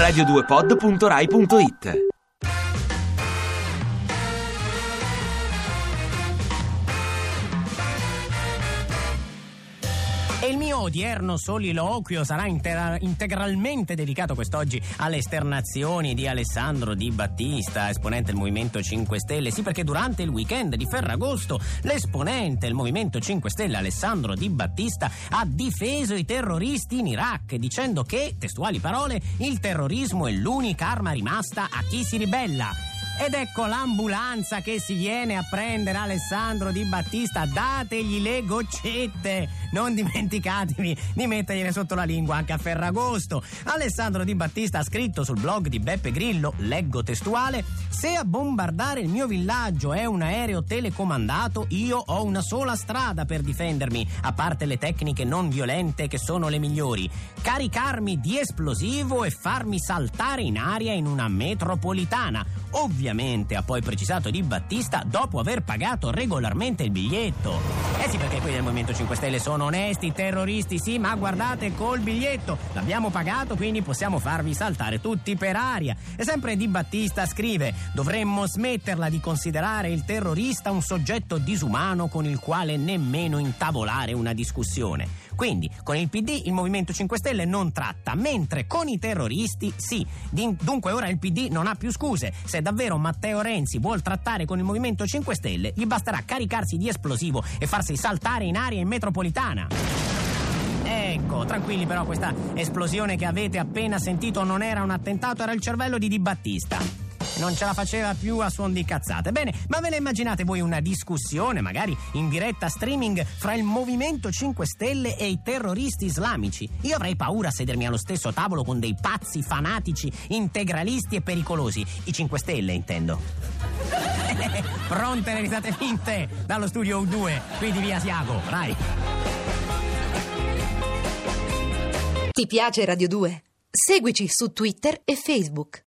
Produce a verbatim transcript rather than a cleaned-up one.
radio due pod punto rai punto it. E il mio odierno soliloquio sarà intera- integralmente dedicato quest'oggi alle esternazioni di Alessandro Di Battista, esponente del Movimento cinque Stelle. Sì, perché durante il weekend di Ferragosto l'esponente del Movimento cinque Stelle, Alessandro Di Battista, ha difeso i terroristi in Iraq, dicendo che, testuali parole, il terrorismo è l'unica arma rimasta a chi si ribella. Ed ecco l'ambulanza che si viene a prendere Alessandro Di Battista. Dategli le goccette, non dimenticatevi di mettergliele sotto la lingua anche a Ferragosto. Alessandro Di Battista ha scritto sul blog di Beppe Grillo, leggo testuale: se a bombardare il mio villaggio è un aereo telecomandato, io ho una sola strada per difendermi, a parte le tecniche non violente che sono le migliori: caricarmi di esplosivo e farmi saltare in aria in una metropolitana. Ovviamente, ha poi precisato Di Battista, dopo aver pagato regolarmente il biglietto. Eh sì, perché quelli del Movimento cinque Stelle sono onesti, terroristi sì, ma guardate, col biglietto l'abbiamo pagato, quindi possiamo farvi saltare tutti per aria. E sempre Di Battista scrive: dovremmo smetterla di considerare il terrorista un soggetto disumano con il quale nemmeno intavolare una discussione. Quindi con il P D il Movimento cinque Stelle non tratta, mentre con i terroristi sì. Dunque ora il P D non ha più scuse. Se davvero Matteo Renzi vuol trattare con il Movimento cinque Stelle, gli basterà caricarsi di esplosivo e farsi saltare in aria in metropolitana. Ecco, tranquilli però, questa esplosione che avete appena sentito non era un attentato, era il cervello di Di Battista. Non ce la faceva più a suon di cazzate. Bene, ma ve ne immaginate voi una discussione, magari in diretta streaming, fra il Movimento cinque Stelle e i terroristi islamici? Io avrei paura a sedermi allo stesso tavolo con dei pazzi fanatici, integralisti e pericolosi. I cinque Stelle, intendo. Pronte le risate finte dallo studio U due, qui di via Asiago, vai. Ti piace Radio due? Seguici su Twitter e Facebook.